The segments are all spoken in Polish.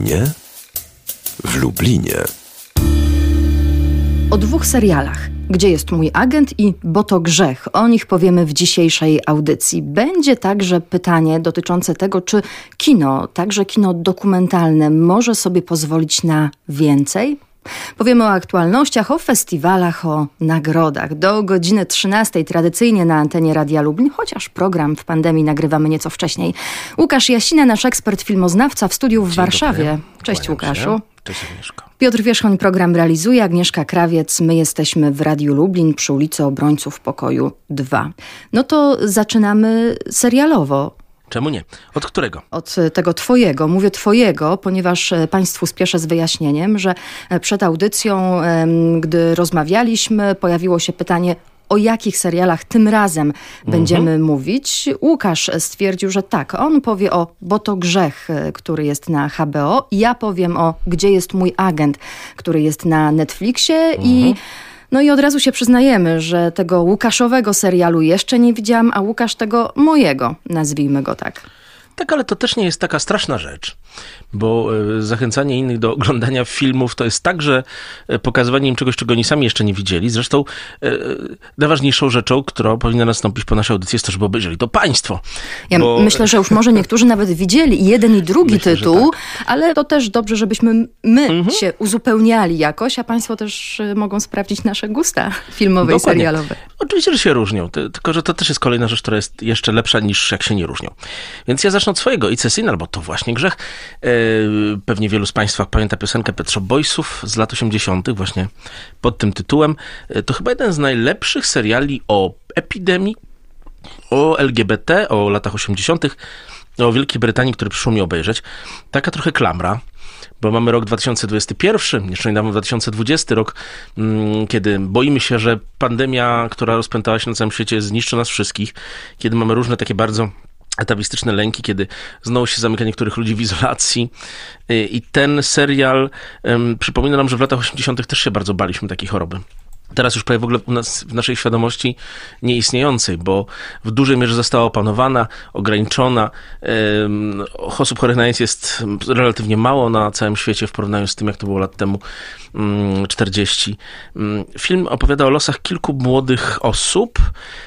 kinie w Lublinie. O 2 serialach. Gdzie jest mój agent i Bo to grzech. O nich powiemy w dzisiejszej audycji. Będzie także pytanie dotyczące tego, czy kino, także kino dokumentalne, może sobie pozwolić na więcej? Powiemy o aktualnościach, o festiwalach, o nagrodach. Do godziny 13 tradycyjnie na antenie Radia Lublin, chociaż program w pandemii nagrywamy nieco wcześniej. Łukasz Jasina, nasz ekspert filmoznawca w studiu w Warszawie. Dobry. Cześć Łukaszu. Cześć Agnieszko. Piotr Wierzchoń program realizuje, Agnieszka Krawiec. My jesteśmy w Radiu Lublin przy ulicy Obrońców Pokoju 2. No to zaczynamy serialowo. Czemu nie? Od którego? Od tego twojego. Mówię twojego, ponieważ państwu spieszę z wyjaśnieniem, że przed audycją, gdy rozmawialiśmy, pojawiło się pytanie, o jakich serialach tym razem będziemy mówić. Łukasz stwierdził, że tak, on powie o Bo to grzech, który jest na HBO. Ja powiem o Gdzie jest mój agent, który jest na Netflixie i od razu się przyznajemy, że tego Łukaszowego serialu jeszcze nie widziałam, a Łukasz tego mojego, nazwijmy go tak. Tak, ale to też nie jest taka straszna rzecz, bo zachęcanie innych do oglądania filmów to jest także pokazywanie im czegoś, czego oni sami jeszcze nie widzieli. Zresztą najważniejszą rzeczą, która powinna nastąpić po naszej audycji, jest to, żeby obejrzeli to państwo. Ja myślę, że już może niektórzy nawet widzieli jeden i drugi tytuł, tak. Ale to też dobrze, żebyśmy się uzupełniali jakoś, a państwo też mogą sprawdzić nasze gusta filmowe i serialowe. Oczywiście, że się różnią, tylko że to też jest kolejna rzecz, która jest jeszcze lepsza niż jak się nie różnią. Więc ja zacznę od swojego. It's a Sin, albo To właśnie grzech. Pewnie wielu z państwa pamięta piosenkę Pet Shop Boysów z lat 80. właśnie pod tym tytułem. To chyba jeden z najlepszych seriali o epidemii, o LGBT, o latach 80., o Wielkiej Brytanii, który przyszło mi obejrzeć. Taka trochę klamra, bo mamy rok 2021, jeszcze niedawno 2020 rok, kiedy boimy się, że pandemia, która rozpętała się na całym świecie, zniszczy nas wszystkich, kiedy mamy różne takie bardzo atawistyczne lęki, kiedy znowu się zamyka niektórych ludzi w izolacji. I ten serial przypomina nam, że w latach 80. też się bardzo baliśmy takiej choroby. Teraz już prawie w ogóle u nas, w naszej świadomości nieistniejącej, bo w dużej mierze została opanowana, ograniczona. Osób chorych na AIDS jest relatywnie mało na całym świecie w porównaniu z tym, jak to było lat temu 40. Film opowiada o losach kilku młodych osób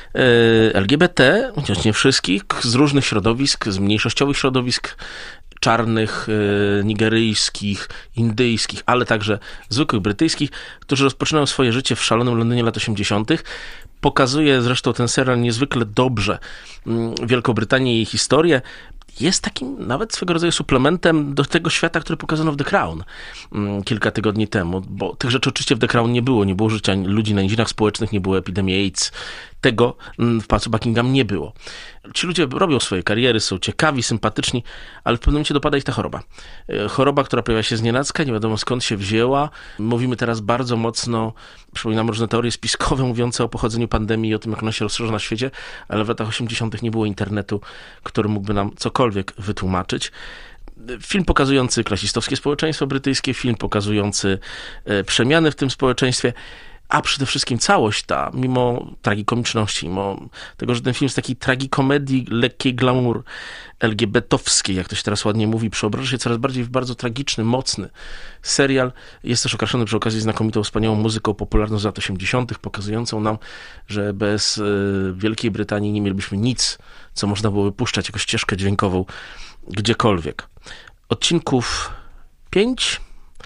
LGBT, chociaż nie wszystkich, z różnych środowisk, z mniejszościowych środowisk, czarnych, nigeryjskich, indyjskich, ale także zwykłych brytyjskich, którzy rozpoczynają swoje życie w szalonym Londynie lat 80. Pokazuje zresztą ten serial niezwykle dobrze Wielką Brytanię i jej historię. Jest takim nawet swego rodzaju suplementem do tego świata, który pokazano w The Crown kilka tygodni temu, bo tych rzeczy oczywiście w The Crown nie było życia ludzi na nizinach społecznych, nie było epidemii AIDS. Tego w Pałacu Buckingham nie było. Ci ludzie robią swoje kariery, są ciekawi, sympatyczni, ale w pewnym momencie dopada ich ta choroba. Choroba, która pojawia się znienacka, nie wiadomo skąd się wzięła. Mówimy teraz bardzo mocno, przypominam różne teorie spiskowe mówiące o pochodzeniu pandemii i o tym, jak ona się rozszerza na świecie, ale w latach 80. nie było internetu, który mógłby nam cokolwiek wytłumaczyć. Film pokazujący klasistowskie społeczeństwo brytyjskie, film pokazujący przemiany w tym społeczeństwie, a przede wszystkim całość ta, mimo tragikomiczności, mimo tego, że ten film jest takiej tragikomedii, lekkiej glamour LGBT-owskiej, jak to się teraz ładnie mówi, przeobraża się coraz bardziej w bardzo tragiczny, mocny serial. Jest też okraszony przy okazji znakomitą, wspaniałą muzyką popularną z lat 80., pokazującą nam, że bez Wielkiej Brytanii nie mielibyśmy nic, co można było wypuszczać jako ścieżkę dźwiękową gdziekolwiek. Odcinków 5...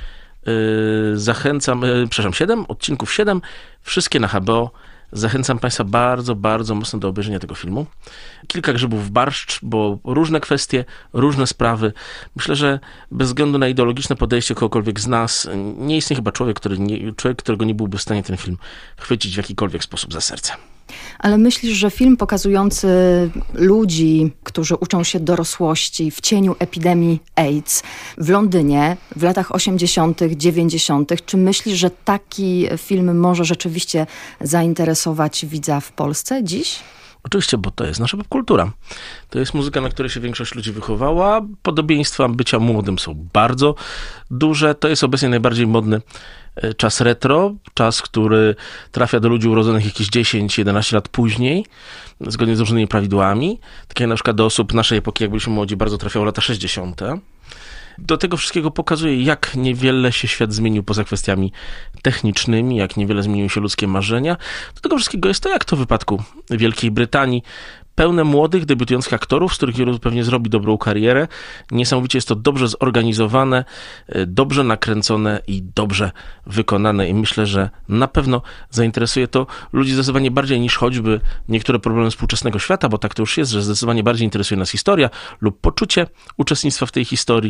7, odcinków 7, wszystkie na HBO. Zachęcam państwa bardzo, bardzo mocno do obejrzenia tego filmu. Kilka grzybów w barszcz, bo różne kwestie, różne sprawy. Myślę, że bez względu na ideologiczne podejście kogokolwiek z nas, nie istnieje chyba człowiek, którego nie byłby w stanie ten film chwycić w jakikolwiek sposób za serce. Ale myślisz, że film pokazujący ludzi, którzy uczą się dorosłości w cieniu epidemii AIDS w Londynie w latach 80., 90., czy myślisz, że taki film może rzeczywiście zainteresować widza w Polsce dziś? Oczywiście, bo to jest nasza popkultura. To jest muzyka, na której się większość ludzi wychowała. Podobieństwa bycia młodym są bardzo duże. To jest obecnie najbardziej modny czas retro, czas, który trafia do ludzi urodzonych jakieś 10-11 lat później, zgodnie z różnymi prawidłami. Tak jak na przykład do osób naszej epoki, jak byliśmy młodzi, bardzo trafiało lata 60. Do tego wszystkiego pokazuje, jak niewiele się świat zmienił poza kwestiami technicznymi, jak niewiele zmieniły się ludzkie marzenia. Do tego wszystkiego jest to, jak to w wypadku Wielkiej Brytanii, pełne młodych, debiutujących aktorów, z których wielu pewnie zrobi dobrą karierę. Niesamowicie jest to dobrze zorganizowane, dobrze nakręcone i dobrze wykonane i myślę, że na pewno zainteresuje to ludzi zdecydowanie bardziej niż choćby niektóre problemy współczesnego świata, bo tak to już jest, że zdecydowanie bardziej interesuje nas historia lub poczucie uczestnictwa w tej historii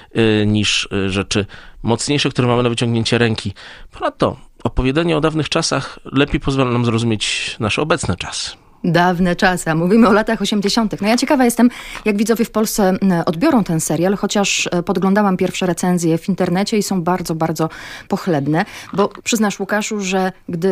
niż rzeczy mocniejsze, które mamy na wyciągnięcie ręki. Ponadto opowiadanie o dawnych czasach lepiej pozwala nam zrozumieć nasze obecne czasy. Dawne czasy, a mówimy o latach 80. No ja ciekawa jestem, jak widzowie w Polsce odbiorą ten serial, chociaż podglądałam pierwsze recenzje w internecie i są bardzo, bardzo pochlebne, bo przyznasz, Łukaszu, że gdy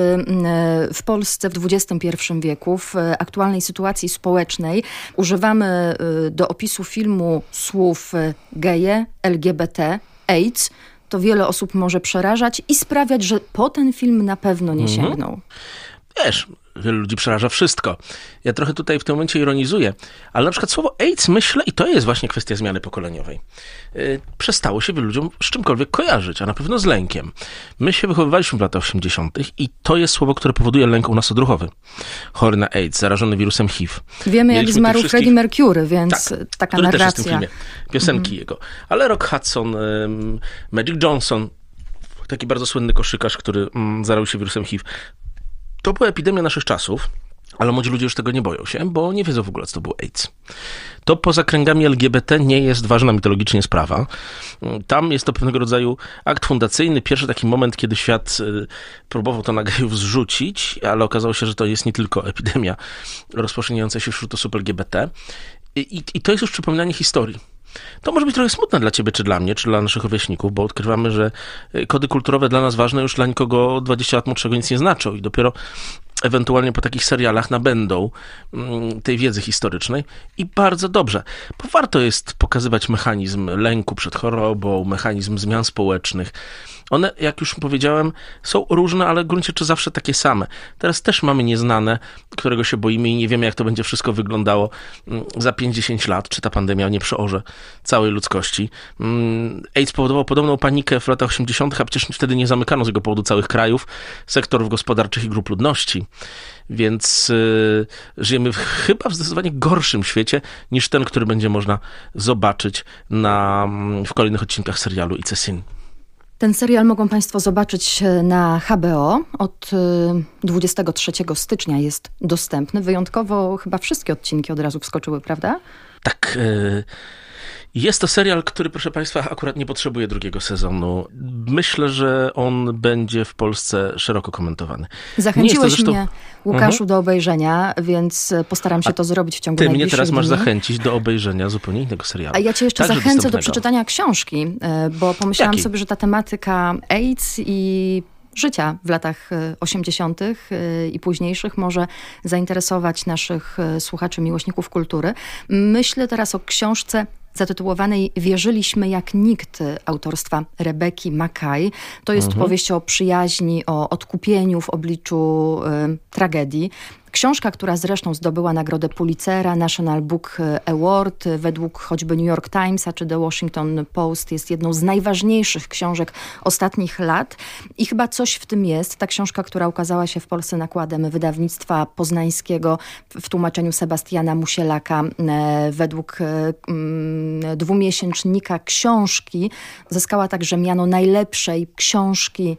w Polsce w XXI wieku, w aktualnej sytuacji społecznej używamy do opisu filmu słów geje, LGBT, AIDS, to wiele osób może przerażać i sprawiać, że po ten film na pewno nie sięgną. Wiesz, wielu ludzi przeraża wszystko. Ja trochę tutaj w tym momencie ironizuję, ale na przykład słowo AIDS, myślę, i to jest właśnie kwestia zmiany pokoleniowej, przestało się wielu ludziom z czymkolwiek kojarzyć, a na pewno z lękiem. My się wychowywaliśmy w latach 80. i to jest słowo, które powoduje lęk u nas odruchowy. Chory na AIDS, zarażony wirusem HIV. Wiemy, jak zmarł Freddie Mercury, więc tak, taka który narracja. też jest w tym filmie. Piosenki jego. Ale Rock Hudson, Magic Johnson, taki bardzo słynny koszykarz, który zaraził się wirusem HIV. To była epidemia naszych czasów, ale młodzi ludzie już tego nie boją się, bo nie wiedzą w ogóle, co to był AIDS. To poza kręgami LGBT nie jest ważna mitologicznie sprawa. Tam jest to pewnego rodzaju akt fundacyjny. Pierwszy taki moment, kiedy świat próbował to na gejów zrzucić, ale okazało się, że to jest nie tylko epidemia rozprzestrzeniająca się wśród osób LGBT. I to jest już przypominanie historii. To może być trochę smutne dla ciebie, czy dla mnie, czy dla naszych rówieśników, bo odkrywamy, że kody kulturowe dla nas ważne już dla nikogo 20 lat młodszego nic nie znaczą i dopiero ewentualnie po takich serialach nabędą tej wiedzy historycznej i bardzo dobrze, bo warto jest pokazywać mechanizm lęku przed chorobą, mechanizm zmian społecznych. One, jak już powiedziałem, są różne, ale w gruncie rzeczy zawsze takie same. Teraz też mamy nieznane, którego się boimy i nie wiemy, jak to będzie wszystko wyglądało za 50 lat, czy ta pandemia nie przeorze całej ludzkości. AIDS powodował podobną panikę w latach 80., a przecież wtedy nie zamykano z jego powodu całych krajów, sektorów gospodarczych i grup ludności. Więc żyjemy chyba w zdecydowanie gorszym świecie niż ten, który będzie można zobaczyć w kolejnych odcinkach serialu It's a Sin. Ten serial mogą Państwo zobaczyć na HBO. Od 23 stycznia jest dostępny. Wyjątkowo chyba wszystkie odcinki od razu wskoczyły, prawda? Tak. Jest to serial, który, proszę Państwa, akurat nie potrzebuje drugiego sezonu. Myślę, że on będzie w Polsce szeroko komentowany. Zachęciłeś mnie, Łukaszu, do obejrzenia, więc postaram się to zrobić w ciągu najbliższych dni. Ty mnie teraz masz zachęcić do obejrzenia zupełnie innego serialu. A ja cię jeszcze zachęcę do przeczytania książki, bo pomyślałam sobie, że ta tematyka AIDS i życia w latach 80. i późniejszych może zainteresować naszych słuchaczy, miłośników kultury. Myślę teraz o książce zatytułowanej Wierzyliśmy jak nikt autorstwa Rebeki Mackay. To jest powieść o przyjaźni, o odkupieniu w obliczu tragedii. Książka, która zresztą zdobyła nagrodę Pulitzera, National Book Award, według choćby New York Timesa czy The Washington Post jest jedną z najważniejszych książek ostatnich lat i chyba coś w tym jest. Ta książka, która ukazała się w Polsce nakładem wydawnictwa poznańskiego w tłumaczeniu Sebastiana Musielaka, według dwumiesięcznika książki, zyskała także miano najlepszej książki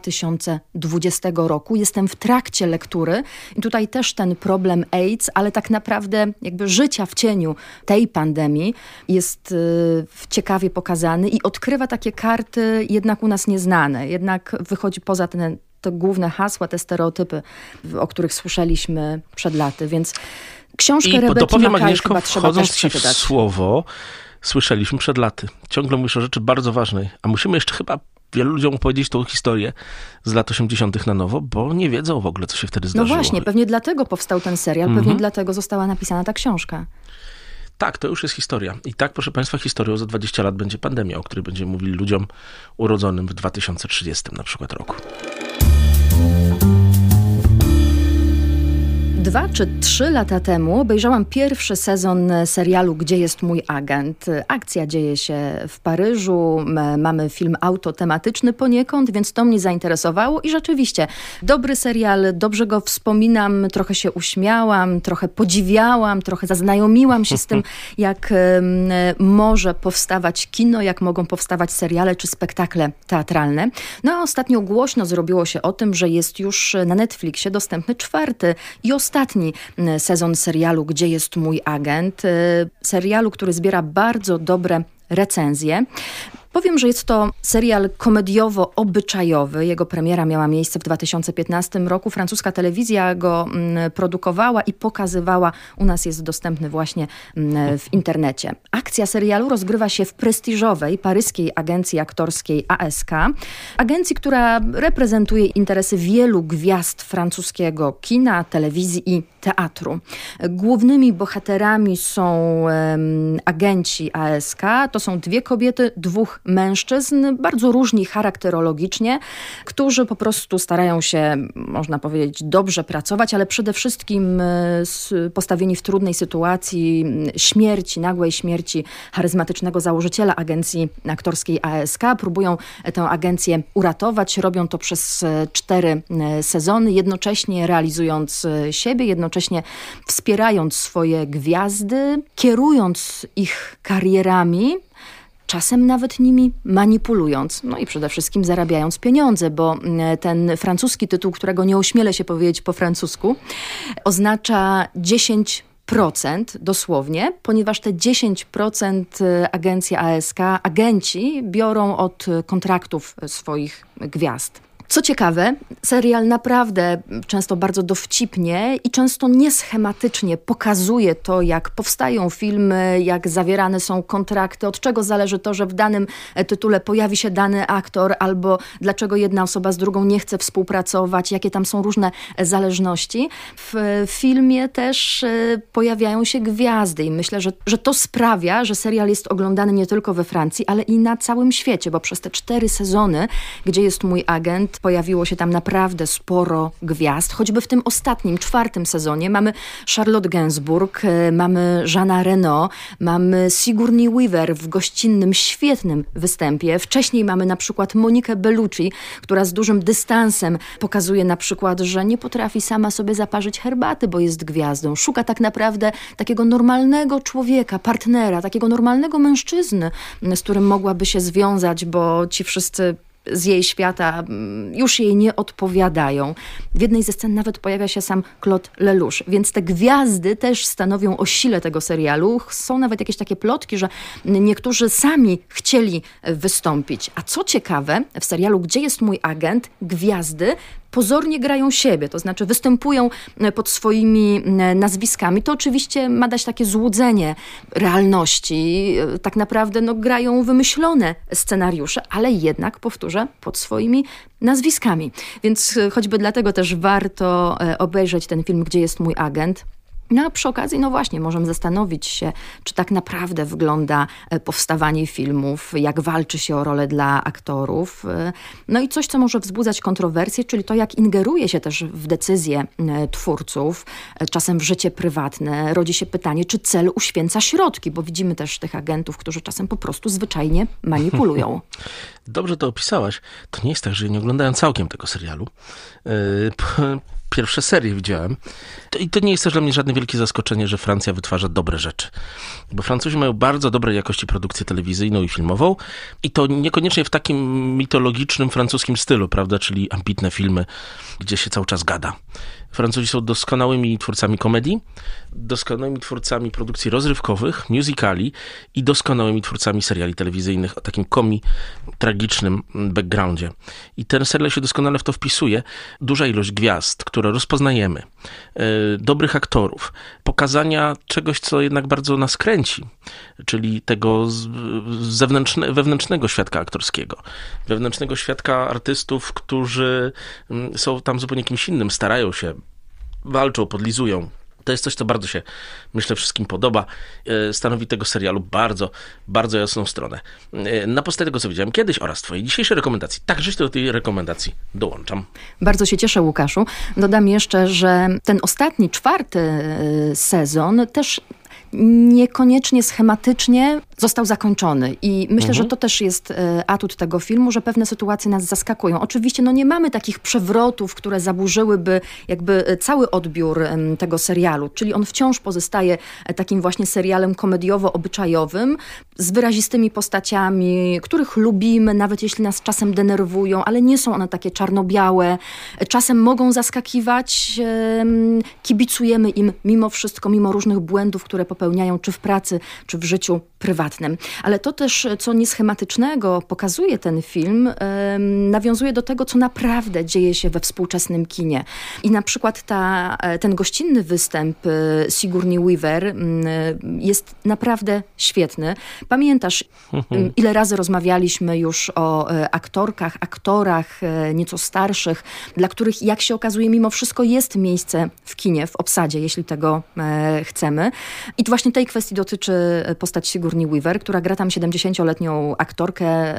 2020 roku. Jestem w trakcie lektury i tutaj też ten problem AIDS, ale tak naprawdę jakby życia w cieniu tej pandemii jest ciekawie pokazany i odkrywa takie karty jednak u nas nieznane. Jednak wychodzi poza te główne hasła, te stereotypy, o których słyszeliśmy przed laty, więc książkę Rebeki Mackay chyba trzeba też przeczytać. W słowo słyszeliśmy przed laty. Ciągle mówisz o rzeczy bardzo ważnej, a musimy jeszcze chyba wielu ludziom opowiedzieć tą historię z lat 80. na nowo, bo nie wiedzą w ogóle, co się wtedy zdarzyło. No właśnie, pewnie dlatego powstał ten serial, pewnie dlatego została napisana ta książka. Tak, to już jest historia. I tak, proszę Państwa, historią za 20 lat będzie pandemia, o której będziemy mówili ludziom urodzonym w 2030 na przykład roku. 2 czy 3 lata temu obejrzałam pierwszy sezon serialu Gdzie jest mój agent? Akcja dzieje się w Paryżu, mamy film autotematyczny poniekąd, więc to mnie zainteresowało i rzeczywiście dobry serial, dobrze go wspominam, trochę się uśmiałam, trochę podziwiałam, trochę zaznajomiłam się z tym, jak może powstawać kino, jak mogą powstawać seriale czy spektakle teatralne. No a ostatnio głośno zrobiło się o tym, że jest już na Netflixie dostępny 4. i ostatni sezon serialu Gdzie jest mój agent? Serialu, który zbiera bardzo dobre recenzje. Powiem, że jest to serial komediowo-obyczajowy. Jego premiera miała miejsce w 2015 roku. Francuska telewizja go produkowała i pokazywała. U nas jest dostępny właśnie w internecie. Akcja serialu rozgrywa się w prestiżowej paryskiej agencji aktorskiej ASK. Agencji, która reprezentuje interesy wielu gwiazd francuskiego kina, telewizji i teatru. Głównymi bohaterami są agenci ASK. To są 2 kobiety, 2 mężczyzn, bardzo różni charakterologicznie, którzy po prostu starają się, można powiedzieć, dobrze pracować, ale przede wszystkim postawieni w trudnej sytuacji śmierci, nagłej śmierci charyzmatycznego założyciela agencji aktorskiej ASK. Próbują tę agencję uratować. Robią to przez 4 sezony, jednocześnie realizując siebie, jednocześnie wspierając swoje gwiazdy, kierując ich karierami, czasem nawet nimi manipulując, no i przede wszystkim zarabiając pieniądze, bo ten francuski tytuł, którego nie ośmielę się powiedzieć po francusku, oznacza 10% dosłownie, ponieważ te 10% agencja ASK, agenci biorą od kontraktów swoich gwiazd. Co ciekawe, serial naprawdę często bardzo dowcipnie i często nieschematycznie pokazuje to, jak powstają filmy, jak zawierane są kontrakty, od czego zależy to, że w danym tytule pojawi się dany aktor, albo dlaczego jedna osoba z drugą nie chce współpracować, jakie tam są różne zależności. W filmie też pojawiają się gwiazdy i myślę, że to sprawia, że serial jest oglądany nie tylko we Francji, ale i na całym świecie, bo przez te 4 sezony, Gdzie jest mój agent, pojawiło się tam naprawdę sporo gwiazd. Choćby w tym ostatnim, 4. sezonie mamy Charlotte Gainsbourg, mamy Jeana Reno, mamy Sigourney Weaver w gościnnym, świetnym występie. Wcześniej mamy na przykład Monikę Bellucci, która z dużym dystansem pokazuje na przykład, że nie potrafi sama sobie zaparzyć herbaty, bo jest gwiazdą. Szuka tak naprawdę takiego normalnego człowieka, partnera, takiego normalnego mężczyzny, z którym mogłaby się związać, bo ci wszyscy z jej świata już jej nie odpowiadają. W jednej ze scen nawet pojawia się sam Claude Lelouch, więc te gwiazdy też stanowią o sile tego serialu. Są nawet jakieś takie plotki, że niektórzy sami chcieli wystąpić. A co ciekawe, w serialu Gdzie jest mój agent, gwiazdy pozornie grają siebie, to znaczy występują pod swoimi nazwiskami. To oczywiście ma dać takie złudzenie realności. Tak naprawdę grają wymyślone scenariusze, ale jednak, powtórzę, pod swoimi nazwiskami. Więc choćby dlatego też warto obejrzeć ten film Gdzie jest mój agent. No a przy okazji, właśnie, możemy zastanowić się, czy tak naprawdę wygląda powstawanie filmów, jak walczy się o rolę dla aktorów. No i coś, co może wzbudzać kontrowersje, czyli to, jak ingeruje się też w decyzje twórców, czasem w życie prywatne. Rodzi się pytanie, czy cel uświęca środki, bo widzimy też tych agentów, którzy czasem po prostu zwyczajnie manipulują. Dobrze to opisałaś. To nie jest tak, że nie oglądałem całkiem tego serialu. Pierwsze serie widziałem. I to nie jest też dla mnie żadne wielkie zaskoczenie, że Francja wytwarza dobre rzeczy. Bo Francuzi mają bardzo dobrej jakości produkcję telewizyjną i filmową i to niekoniecznie w takim mitologicznym francuskim stylu, prawda, czyli ambitne filmy, gdzie się cały czas gada. Francuzi są doskonałymi twórcami komedii, doskonałymi twórcami produkcji rozrywkowych, musicali i doskonałymi twórcami seriali telewizyjnych o takim tragicznym backgroundzie. I ten serial się doskonale w to wpisuje. Duża ilość gwiazd, które rozpoznajemy, dobrych aktorów, pokazania czegoś, co jednak bardzo nas kręci, czyli tego wewnętrznego świadka aktorskiego, wewnętrznego świadka artystów, którzy są tam zupełnie kimś innym, starają się, walczą, podlizują, To jest coś, co bardzo się, myślę, wszystkim podoba. Stanowi tego serialu bardzo, bardzo jasną stronę. Na podstawie tego, co widziałem kiedyś oraz twojej dzisiejszej rekomendacji, także do tej rekomendacji dołączam. Bardzo się cieszę, Łukaszu. Dodam jeszcze, że ten ostatni, 4. sezon też niekoniecznie schematycznie został zakończony. I myślę, że to też jest atut tego filmu, że pewne sytuacje nas zaskakują. Oczywiście nie mamy takich przewrotów, które zaburzyłyby jakby cały odbiór tego serialu. Czyli on wciąż pozostaje takim właśnie serialem komediowo-obyczajowym z wyrazistymi postaciami, których lubimy, nawet jeśli nas czasem denerwują, ale nie są one takie czarno-białe. Czasem mogą zaskakiwać. Kibicujemy im mimo wszystko, mimo różnych błędów, które popełniają czy w pracy, czy w życiu prywatnym. Ale to też, co nieschematycznego pokazuje ten film, nawiązuje do tego, co naprawdę dzieje się we współczesnym kinie. I na przykład ten gościnny występ Sigourney Weaver jest naprawdę świetny. Pamiętasz, ile razy rozmawialiśmy już o aktorach nieco starszych, dla których, jak się okazuje, mimo wszystko jest miejsce w kinie, w obsadzie, jeśli tego chcemy. I właśnie tej kwestii dotyczy postać Sigourney Weaver, która gra tam 70-letnią aktorkę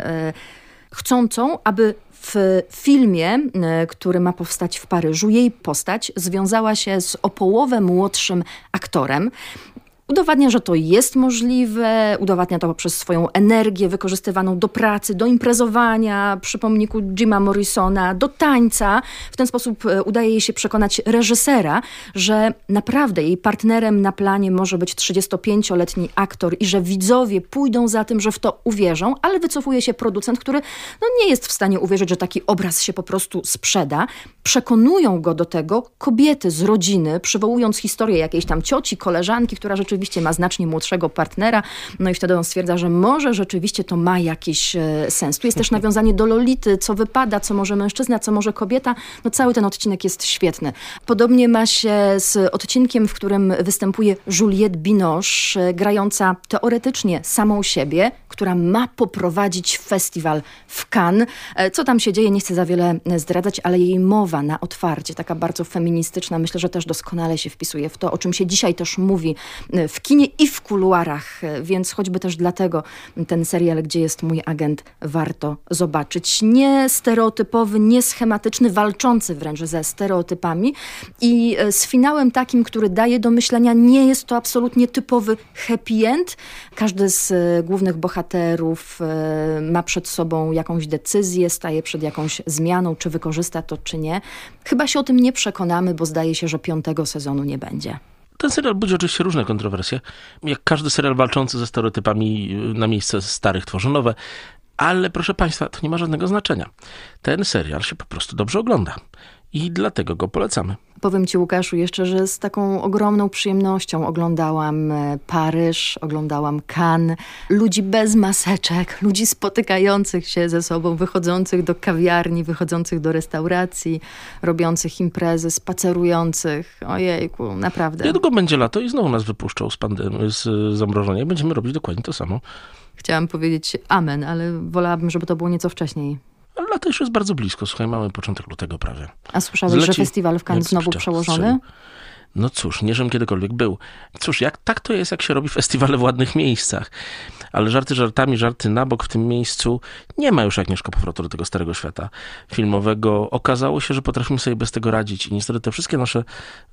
chcącą, aby w filmie, który ma powstać w Paryżu, jej postać związała się z o połowę młodszym aktorem. Udowadnia, że to jest możliwe, udowadnia to poprzez swoją energię wykorzystywaną do pracy, do imprezowania przy pomniku Jima Morrisona, do tańca. W ten sposób udaje jej się przekonać reżysera, że naprawdę jej partnerem na planie może być 35-letni aktor i że widzowie pójdą za tym, że w to uwierzą, ale wycofuje się producent, który nie jest w stanie uwierzyć, że taki obraz się po prostu sprzeda. Przekonują go do tego kobiety z rodziny, przywołując historię jakiejś tam cioci, koleżanki, która rzeczywiście ma znacznie młodszego partnera, i wtedy on stwierdza, że może rzeczywiście to ma jakiś sens. Tu jest też nawiązanie do Lolity, co wypada, co może mężczyzna, co może kobieta. Cały ten odcinek jest świetny. Podobnie ma się z odcinkiem, w którym występuje Juliette Binoche, grająca teoretycznie samą siebie, która ma poprowadzić festiwal w Cannes. Co tam się dzieje, nie chcę za wiele zdradzać, ale jej mowa na otwarcie, taka bardzo feministyczna, myślę, że też doskonale się wpisuje w to, o czym się dzisiaj też mówi w kinie i w kuluarach, więc choćby też dlatego ten serial, Gdzie jest mój agent, warto zobaczyć. Nie stereotypowy, nie schematyczny, walczący wręcz ze stereotypami i z finałem takim, który daje do myślenia, nie jest to absolutnie typowy happy end. Każdy z głównych bohaterów ma przed sobą jakąś decyzję, staje przed jakąś zmianą, czy wykorzysta to, czy nie. Chyba się o tym nie przekonamy, bo zdaje się, że 5. sezonu nie będzie. Ten serial budzi oczywiście różne kontrowersje. Jak każdy serial walczący ze stereotypami na miejsce starych tworzy nowe. Ale proszę Państwa, to nie ma żadnego znaczenia. Ten serial się po prostu dobrze ogląda. I dlatego go polecamy. Powiem Ci, Łukaszu, jeszcze, że z taką ogromną przyjemnością oglądałam Paryż, oglądałam Cannes, ludzi bez maseczek, ludzi spotykających się ze sobą, wychodzących do kawiarni, wychodzących do restauracji, robiących imprezy, spacerujących. Ojejku, naprawdę. Niedługo będzie lato i znowu nas wypuszczą z zamrożenia i będziemy robić dokładnie to samo. Chciałam powiedzieć amen, ale wolałabym, żeby to było nieco wcześniej. Ale lato już jest bardzo blisko. Słuchaj, mamy początek lutego prawie. A słyszałeś, że festiwal w Cannes znowu przełożony? No cóż, nie żebym kiedykolwiek był. Cóż, tak to jest, jak się robi festiwale w ładnych miejscach. Ale żarty żartami, żarty na bok, w tym miejscu nie ma już Agnieszka powrotu do tego starego świata filmowego. Okazało się, że potrafimy sobie bez tego radzić i niestety te wszystkie nasze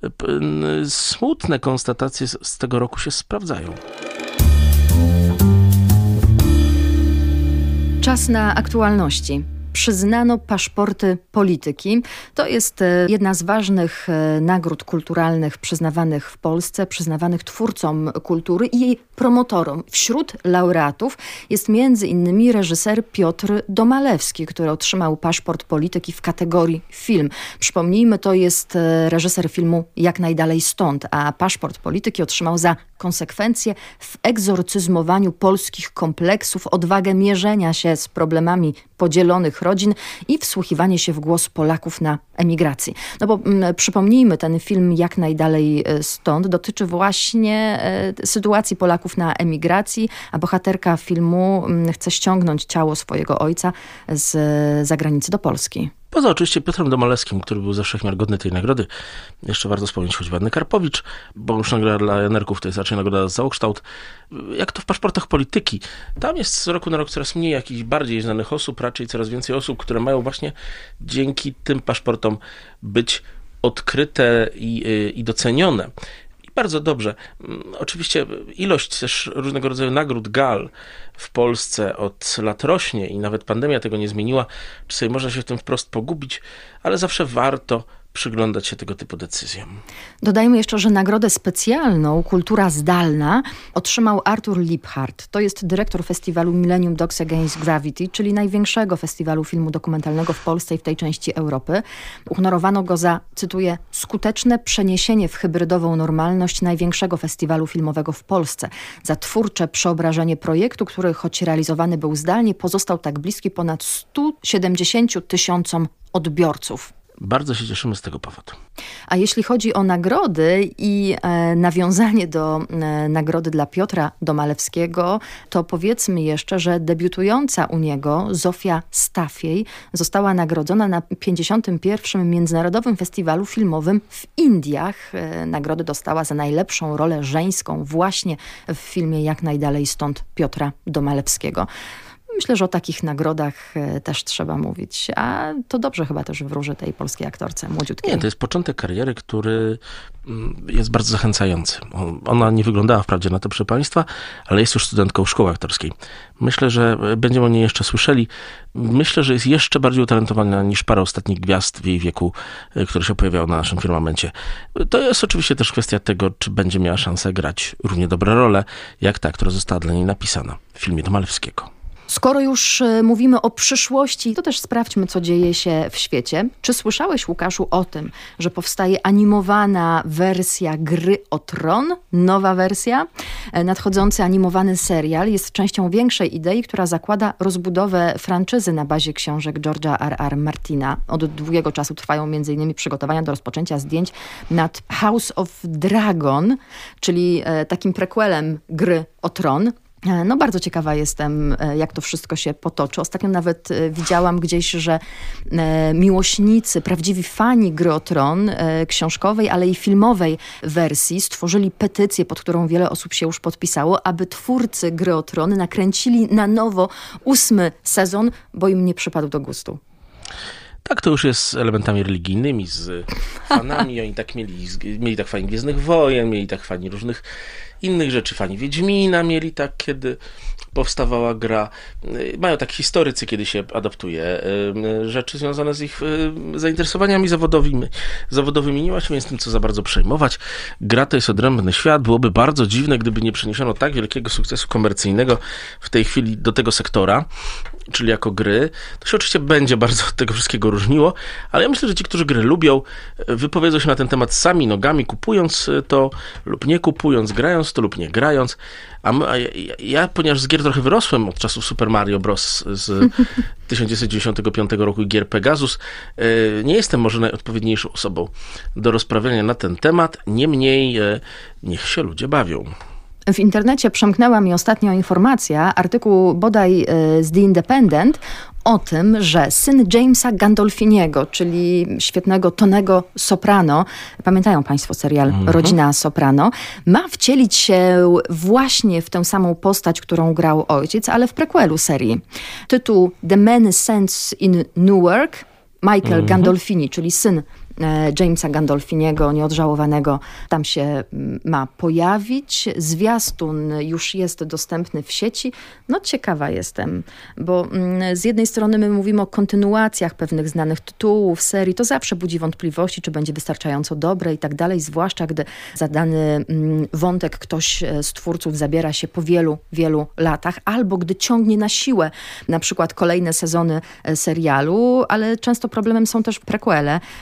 smutne konstatacje z tego roku się sprawdzają. Czas na aktualności. Przyznano paszporty polityki. To jest jedna z ważnych nagród kulturalnych przyznawanych w Polsce, przyznawanych twórcom kultury i jej promotorom. Wśród laureatów jest między innymi reżyser Piotr Domalewski, który otrzymał paszport polityki w kategorii film. Przypomnijmy, to jest reżyser filmu Jak najdalej stąd, a paszport polityki otrzymał za konsekwencje w egzorcyzmowaniu polskich kompleksów, odwagę mierzenia się z problemami podzielonych rodzin i wsłuchiwanie się w głos Polaków na emigracji. No bo przypomnijmy, ten film Jak najdalej stąd dotyczy właśnie sytuacji Polaków na emigracji, a bohaterka filmu chce ściągnąć ciało swojego ojca z zagranicy do Polski. Poza oczywiście Piotrem Domalewskim, który był ze wszechmiar godny tej nagrody. Jeszcze warto wspomnieć choćby Annę Karpowicz, bo już nagroda dla Janerków to jest raczej nagroda za całokształt. Jak to w paszportach polityki. Tam jest z roku na rok coraz mniej jakichś bardziej znanych osób, raczej coraz więcej osób, które mają właśnie dzięki tym paszportom być odkryte i docenione. Bardzo dobrze. Oczywiście ilość też różnego rodzaju nagród GAL w Polsce od lat rośnie i nawet pandemia tego nie zmieniła. Czasami można się w tym wprost pogubić, ale zawsze warto przyglądać się tego typu decyzjom. Dodajmy jeszcze, że nagrodę specjalną Kultura zdalna otrzymał Artur Liphart. To jest dyrektor festiwalu Millennium Dogs Against Gravity, czyli największego festiwalu filmu dokumentalnego w Polsce i w tej części Europy. Uhonorowano go za, cytuję, skuteczne przeniesienie w hybrydową normalność największego festiwalu filmowego w Polsce. Za twórcze przeobrażenie projektu, który choć realizowany był zdalnie, pozostał tak bliski ponad 170 000 odbiorców. Bardzo się cieszymy z tego powodu. A jeśli chodzi o nagrody i nawiązanie do nagrody dla Piotra Domalewskiego, to powiedzmy jeszcze, że debiutująca u niego Zofia Stafiej została nagrodzona na 51. Międzynarodowym Festiwalu Filmowym w Indiach. Nagrodę dostała za najlepszą rolę żeńską właśnie w filmie Jak najdalej stąd Piotra Domalewskiego. Myślę, że o takich nagrodach też trzeba mówić, a to dobrze chyba też wróży tej polskiej aktorce młodziutkiej. Nie, to jest początek kariery, który jest bardzo zachęcający. Ona nie wyglądała wprawdzie na to, proszę Państwa, ale jest już studentką szkoły aktorskiej. Myślę, że będziemy o niej jeszcze słyszeli. Myślę, że jest jeszcze bardziej utalentowana niż parę ostatnich gwiazd w jej wieku, które się pojawiały na naszym firmamencie. To jest oczywiście też kwestia tego, czy będzie miała szansę grać równie dobre role, jak ta, która została dla niej napisana w filmie Domalewskiego. Skoro już mówimy o przyszłości, to też sprawdźmy, co dzieje się w świecie. Czy słyszałeś, Łukaszu, o tym, że powstaje animowana wersja Gry o Tron? Nowa wersja? Nadchodzący animowany serial jest częścią większej idei, która zakłada rozbudowę franczyzy na bazie książek George'a R.R. Martina. Od długiego czasu trwają m.in. przygotowania do rozpoczęcia zdjęć nad House of Dragon, czyli takim prequelem Gry o Tron. No bardzo ciekawa jestem, jak to wszystko się potoczy. Ostatnio nawet widziałam gdzieś, że miłośnicy, prawdziwi fani Gry o Tron, książkowej, ale i filmowej wersji, stworzyli petycję, pod którą wiele osób się już podpisało, aby twórcy Gry o Tron nakręcili na nowo 8. sezon, bo im nie przypadł do gustu. Tak, to już jest z elementami religijnymi, z fanami. Oni tak mieli tak fani Gwiezdnych Wojen, mieli tak fani różnych innych rzeczy. Fani Wiedźmina mieli tak, kiedy powstawała gra. Mają tak historycy, kiedy się adaptuje rzeczy związane z ich zainteresowaniami zawodowymi. Nie ma się więc tym co za bardzo przejmować. Gra to jest odrębny świat. Byłoby bardzo dziwne, gdyby nie przeniesiono tak wielkiego sukcesu komercyjnego w tej chwili do tego sektora, czyli jako gry. To się oczywiście będzie bardzo od tego wszystkiego różniło, ale ja myślę, że ci, którzy gry lubią, wypowiedzą się na ten temat sami nogami, kupując to lub nie kupując, grając to lub nie grając. A ja, ponieważ z gier trochę wyrosłem od czasów Super Mario Bros. Z 1995 roku i gier Pegasus, nie jestem może najodpowiedniejszą osobą do rozprawiania na ten temat. Niemniej niech się ludzie bawią. W internecie przemknęła mi ostatnio informacja, artykuł bodaj z The Independent, o tym, że syn Jamesa Gandolfiniego, czyli świetnego Tonego Soprano, pamiętają Państwo serial Rodzina Soprano, ma wcielić się właśnie w tę samą postać, którą grał ojciec, ale w prequelu serii. Tytuł The Many Saints in Newark, Michael Gandolfini, czyli syn Jamesa Gandolfiniego, nieodżałowanego, tam się ma pojawić. Zwiastun już jest dostępny w sieci. No ciekawa jestem, bo z jednej strony my mówimy o kontynuacjach pewnych znanych tytułów, serii. To zawsze budzi wątpliwości, czy będzie wystarczająco dobre i tak dalej, zwłaszcza gdy za dany wątek ktoś z twórców zabiera się po wielu, wielu latach, albo gdy ciągnie na siłę na przykład kolejne sezony serialu, ale często problemem są też prequele. O tym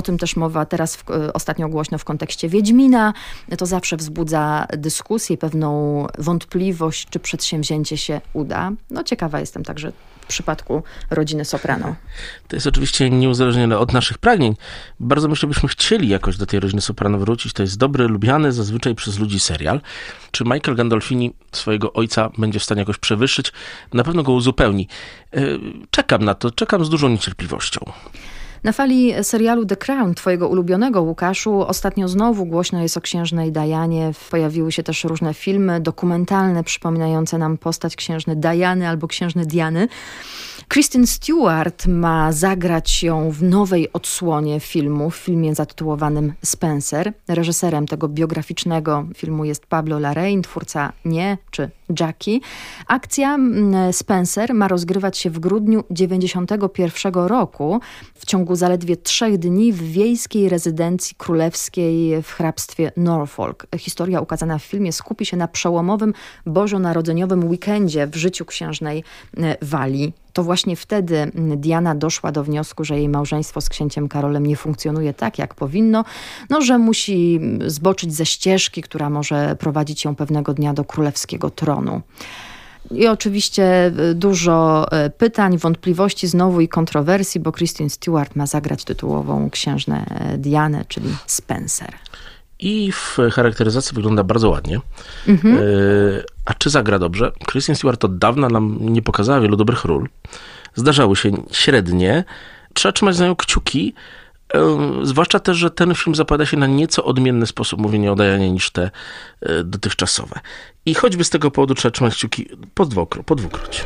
tym też mowa teraz ostatnio głośno w kontekście Wiedźmina. To zawsze wzbudza dyskusję, pewną wątpliwość, czy przedsięwzięcie się uda. No ciekawa jestem także w przypadku Rodziny Soprano. To jest oczywiście nieuzależnione od naszych pragnień. Bardzo myślę, byśmy chcieli jakoś do tej Rodziny Soprano wrócić. To jest dobry, lubiany zazwyczaj przez ludzi serial. Czy Michael Gandolfini swojego ojca będzie w stanie jakoś przewyższyć? Na pewno go uzupełni. Czekam na to, czekam z dużą niecierpliwością. Na fali serialu The Crown, twojego ulubionego, Łukaszu, ostatnio znowu głośno jest o księżnej Dianie. Pojawiły się też różne filmy dokumentalne przypominające nam postać księżny Diany albo księżny Diany. Kristen Stewart ma zagrać ją w nowej odsłonie filmu, w filmie zatytułowanym Spencer. Reżyserem tego biograficznego filmu jest Pablo Larraín, twórca Nie czy Jackie. Akcja Spencer ma rozgrywać się w grudniu 1991 roku w ciągu zaledwie 3 dni w wiejskiej rezydencji królewskiej w hrabstwie Norfolk. Historia ukazana w filmie skupi się na przełomowym bożonarodzeniowym weekendzie w życiu księżnej Walii. To właśnie wtedy Diana doszła do wniosku, że jej małżeństwo z księciem Karolem nie funkcjonuje tak, jak powinno, że musi zboczyć ze ścieżki, która może prowadzić ją pewnego dnia do królewskiego tronu. I oczywiście dużo pytań, wątpliwości znowu i kontrowersji, bo Kristen Stewart ma zagrać tytułową księżnę Dianę, czyli Spencer. I w charakteryzacji wygląda bardzo ładnie. A czy zagra dobrze? Kristen Stewart od dawna nam nie pokazała wielu dobrych ról. Zdarzały się średnie. Trzeba trzymać za nią kciuki. Zwłaszcza też, że ten film zapowiada się na nieco odmienny sposób mówienia o Dianie niż te dotychczasowe. I choćby z tego powodu trzeba trzymać kciuki po dwukroć.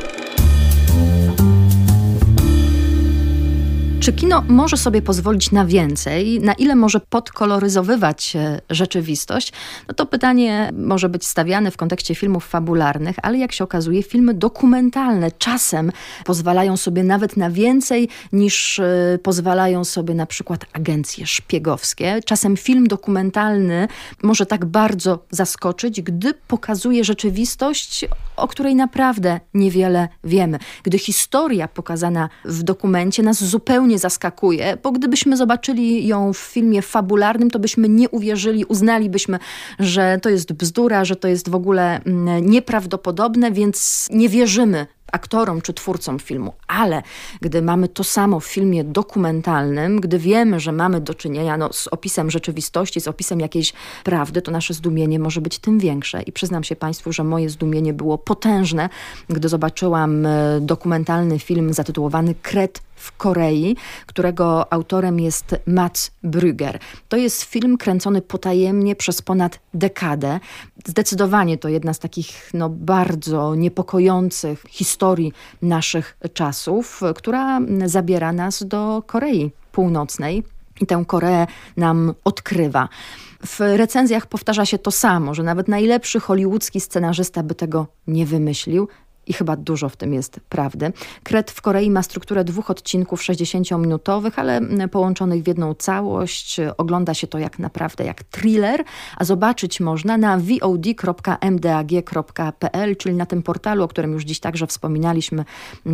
Czy kino może sobie pozwolić na więcej? Na ile może podkoloryzowywać rzeczywistość? No to pytanie może być stawiane w kontekście filmów fabularnych, ale jak się okazuje, filmy dokumentalne czasem pozwalają sobie nawet na więcej niż pozwalają sobie na przykład agencje szpiegowskie. Czasem film dokumentalny może tak bardzo zaskoczyć, gdy pokazuje rzeczywistość, o której naprawdę niewiele wiemy. Gdy historia pokazana w dokumencie nas zupełnie zaskakuje, bo gdybyśmy zobaczyli ją w filmie fabularnym, to byśmy nie uwierzyli, uznalibyśmy, że to jest bzdura, że to jest w ogóle nieprawdopodobne, więc nie wierzymy aktorom czy twórcom filmu. Ale gdy mamy to samo w filmie dokumentalnym, gdy wiemy, że mamy do czynienia z opisem rzeczywistości, z opisem jakiejś prawdy, to nasze zdumienie może być tym większe. I przyznam się Państwu, że moje zdumienie było potężne, gdy zobaczyłam dokumentalny film zatytułowany Kret w Korei, którego autorem jest Mats Brügger. To jest film kręcony potajemnie przez ponad dekadę. Zdecydowanie to jedna z takich bardzo niepokojących historii naszych czasów, która zabiera nas do Korei Północnej i tę Koreę nam odkrywa. W recenzjach powtarza się to samo, że nawet najlepszy hollywoodzki scenarzysta by tego nie wymyślił. I chyba dużo w tym jest prawdy. Kret w Korei ma strukturę 2 odcinków 60-minutowych, ale połączonych w jedną całość. Ogląda się to naprawdę jak thriller, a zobaczyć można na vod.mdag.pl, czyli na tym portalu, o którym już dziś także wspominaliśmy,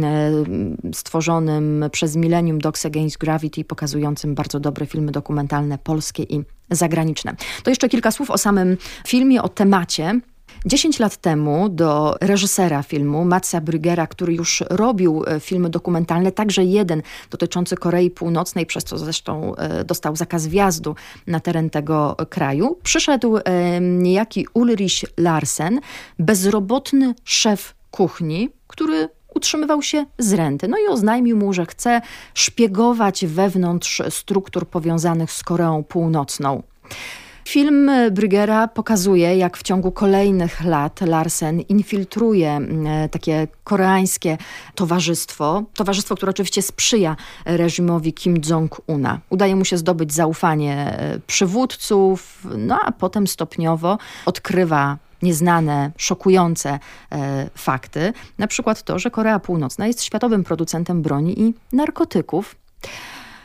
stworzonym przez Millennium Dogs Against Gravity, pokazującym bardzo dobre filmy dokumentalne polskie i zagraniczne. To jeszcze kilka słów o samym filmie, o temacie. 10 lat temu do reżysera filmu, Matsa Brüggera, który już robił filmy dokumentalne, także jeden dotyczący Korei Północnej, przez co zresztą dostał zakaz wjazdu na teren tego kraju, przyszedł niejaki Ulrich Larsen, bezrobotny szef kuchni, który utrzymywał się z renty. I oznajmił mu, że chce szpiegować wewnątrz struktur powiązanych z Koreą Północną. Film Brüggera pokazuje, jak w ciągu kolejnych lat Larsen infiltruje takie koreańskie towarzystwo, które oczywiście sprzyja reżimowi Kim Jong-una. Udaje mu się zdobyć zaufanie przywódców, a potem stopniowo odkrywa nieznane, szokujące fakty. Na przykład to, że Korea Północna jest światowym producentem broni i narkotyków.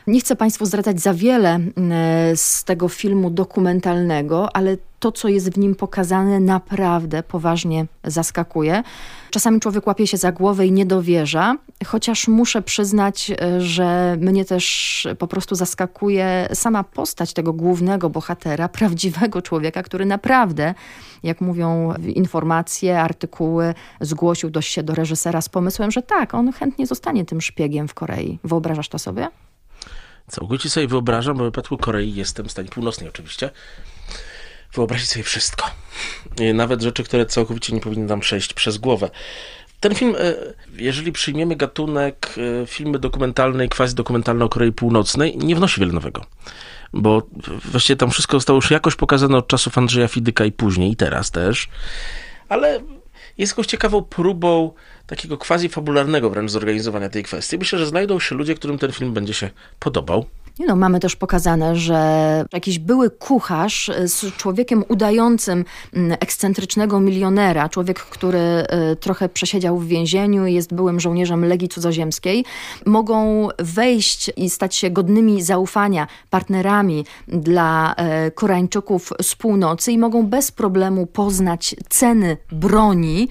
Nie chcę Państwu zdradzać za wiele z tego filmu dokumentalnego, ale to, co jest w nim pokazane, naprawdę poważnie zaskakuje. Czasami człowiek łapie się za głowę i nie dowierza, chociaż muszę przyznać, że mnie też po prostu zaskakuje sama postać tego głównego bohatera, prawdziwego człowieka, który naprawdę, jak mówią informacje, artykuły, zgłosił się do reżysera z pomysłem, że tak, on chętnie zostanie tym szpiegiem w Korei. Wyobrażasz to sobie? Całkowicie sobie wyobrażam, bo w wypadku Korei jestem w stanie północnej oczywiście, wyobrazić sobie wszystko. Nawet rzeczy, które całkowicie nie powinny nam przejść przez głowę. Ten film, jeżeli przyjmiemy gatunek filmy dokumentalne i quasi-dokumentalne o Korei Północnej, nie wnosi wiele nowego. Bo właściwie tam wszystko zostało już jakoś pokazane od czasów Andrzeja Fidyka i później, i teraz też. Ale jest jakąś ciekawą próbą takiego quasi-fabularnego wręcz zorganizowania tej kwestii. Myślę, że znajdą się ludzie, którym ten film będzie się podobał. Nie no, mamy też pokazane, że jakiś były kucharz z człowiekiem udającym ekscentrycznego milionera, człowiek, który trochę przesiedział w więzieniu i jest byłym żołnierzem Legii Cudzoziemskiej, mogą wejść i stać się godnymi zaufania partnerami dla Koreańczyków z północy i mogą bez problemu poznać ceny broni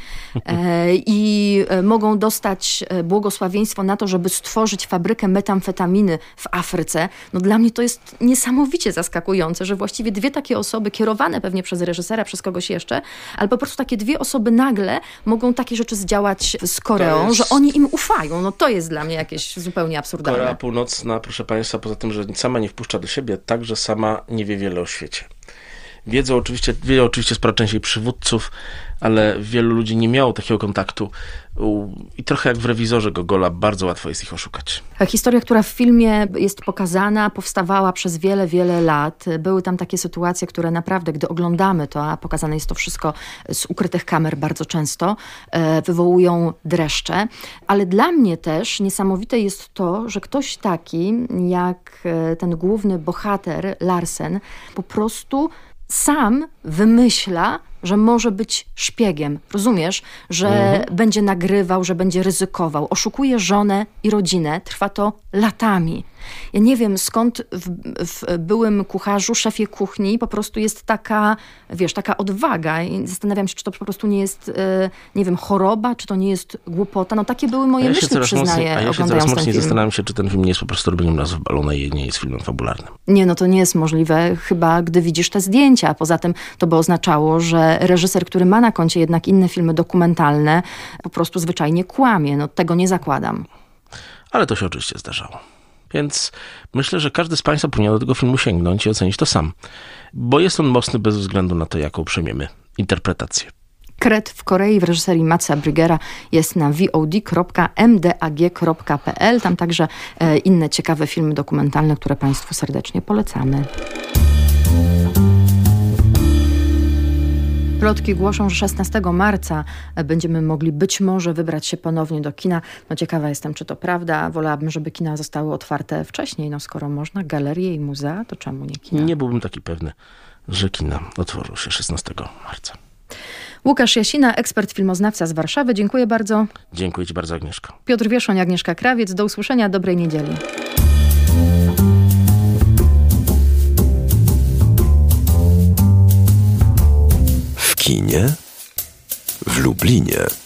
i mogą dostać błogosławieństwo na to, żeby stworzyć fabrykę metamfetaminy w Afryce. No dla mnie to jest niesamowicie zaskakujące, że właściwie dwie takie osoby, kierowane pewnie przez reżysera, przez kogoś jeszcze, ale po prostu takie dwie osoby nagle mogą takie rzeczy zdziałać z Koreą, że oni im ufają. No to jest dla mnie jakieś zupełnie absurdalne. Korea Północna, proszę Państwa, poza tym, że sama nie wpuszcza do siebie, także sama nie wie wiele o świecie. Wie oczywiście sporo częściej przywódców, ale wielu ludzi nie miało takiego kontaktu i trochę jak w Rewizorze Gogola, bardzo łatwo jest ich oszukać. Historia, która w filmie jest pokazana, powstawała przez wiele, wiele lat. Były tam takie sytuacje, które naprawdę, gdy oglądamy to, a pokazane jest to wszystko z ukrytych kamer bardzo często, wywołują dreszcze. Ale dla mnie też niesamowite jest to, że ktoś taki jak ten główny bohater, Larsen, po prostu sam wymyśla, że może być szpiegiem. Rozumiesz? Że będzie nagrywał, że będzie ryzykował. Oszukuje żonę i rodzinę. Trwa to latami. Ja nie wiem, skąd w byłym kucharzu, szefie kuchni po prostu jest taka, taka odwaga. I zastanawiam się, czy to po prostu nie jest, nie wiem, choroba, czy to nie jest głupota. No takie były moje myśli, przyznaję, ja się coraz mocniej zastanawiam się, czy ten film nie jest po prostu robieniem nazw balona i nie jest filmem fabularnym. Nie, no to nie jest możliwe, chyba gdy widzisz te zdjęcia. A poza tym to by oznaczało, że reżyser, który ma na koncie jednak inne filmy dokumentalne, po prostu zwyczajnie kłamie. No tego nie zakładam. Ale to się oczywiście zdarzało. Więc myślę, że każdy z Państwa powinien do tego filmu sięgnąć i ocenić to sam. Bo jest on mocny bez względu na to, jaką przyjmiemy interpretację. Kret w Korei w reżyserii Matsa Brüggera jest na vod.mdag.pl. Tam także inne ciekawe filmy dokumentalne, które Państwu serdecznie polecamy. Plotki głoszą, że 16 marca będziemy mogli być może wybrać się ponownie do kina. No ciekawa jestem, czy to prawda. Wolałabym, żeby kina zostały otwarte wcześniej. No skoro można, galerie i muzea, to czemu nie kina? Nie byłbym taki pewny, że kina otworzą się 16 marca. Łukasz Jasina, ekspert filmoznawca z Warszawy. Dziękuję bardzo. Dziękuję Ci bardzo, Agnieszko. Piotr Wieszoń, Agnieszka Krawiec. Do usłyszenia. Dobrej niedzieli. W kinie w Lublinie.